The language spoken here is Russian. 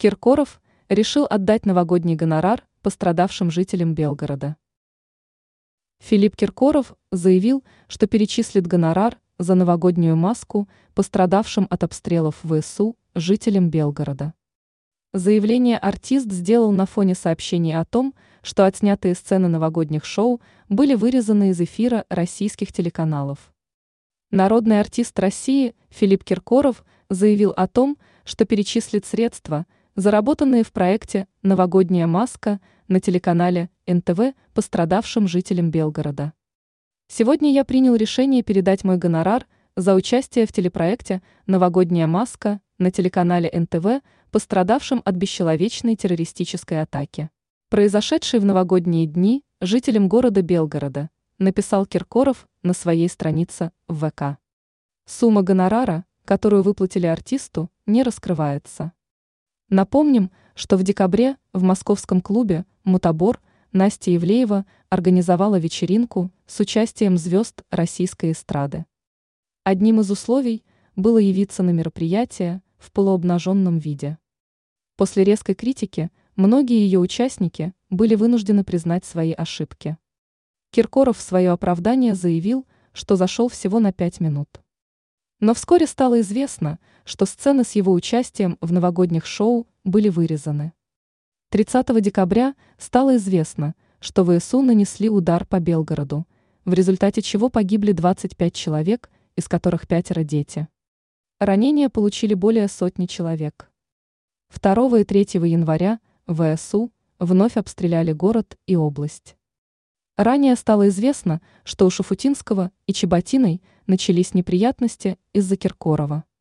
Киркоров решил отдать новогодний гонорар пострадавшим жителям Белгорода. Филипп Киркоров заявил, что перечислит гонорар за новогоднюю маску пострадавшим от обстрелов ВСУ жителям Белгорода. Заявление артист сделал на фоне сообщений о том, что отснятые сцены новогодних шоу были вырезаны из эфира российских телеканалов. Народный артист России Филипп Киркоров заявил о том, что перечислит средства, заработанные в проекте «Новогодняя маска» на телеканале НТВ пострадавшим жителям Белгорода. Сегодня я принял решение передать мой гонорар за участие в телепроекте «Новогодняя маска» на телеканале НТВ пострадавшим от бесчеловечной террористической атаки, произошедшей в новогодние дни жителям города Белгорода, написал Киркоров на своей странице в ВК. Сумма гонорара, которую выплатили артисту, не раскрывается. Напомним, что в декабре в московском клубе «Мутабор» Настя Ивлеева организовала вечеринку с участием звезд российской эстрады. Одним из условий было явиться на мероприятие в полуобнаженном виде. После резкой критики многие ее участники были вынуждены признать свои ошибки. Киркоров в свое оправдание заявил, что зашел всего на 5 минут. Но вскоре стало известно, что сцены с его участием в новогодних шоу были вырезаны. 30 декабря стало известно, что ВСУ нанесли удар по Белгороду, в результате чего погибли 25 человек, из которых 5 дети. Ранения получили более сотни человек. 2 и 3 января ВСУ вновь обстреляли город и область. Ранее стало известно, что у Шуфутинского и Чеботиной начались неприятности из-за Киркорова.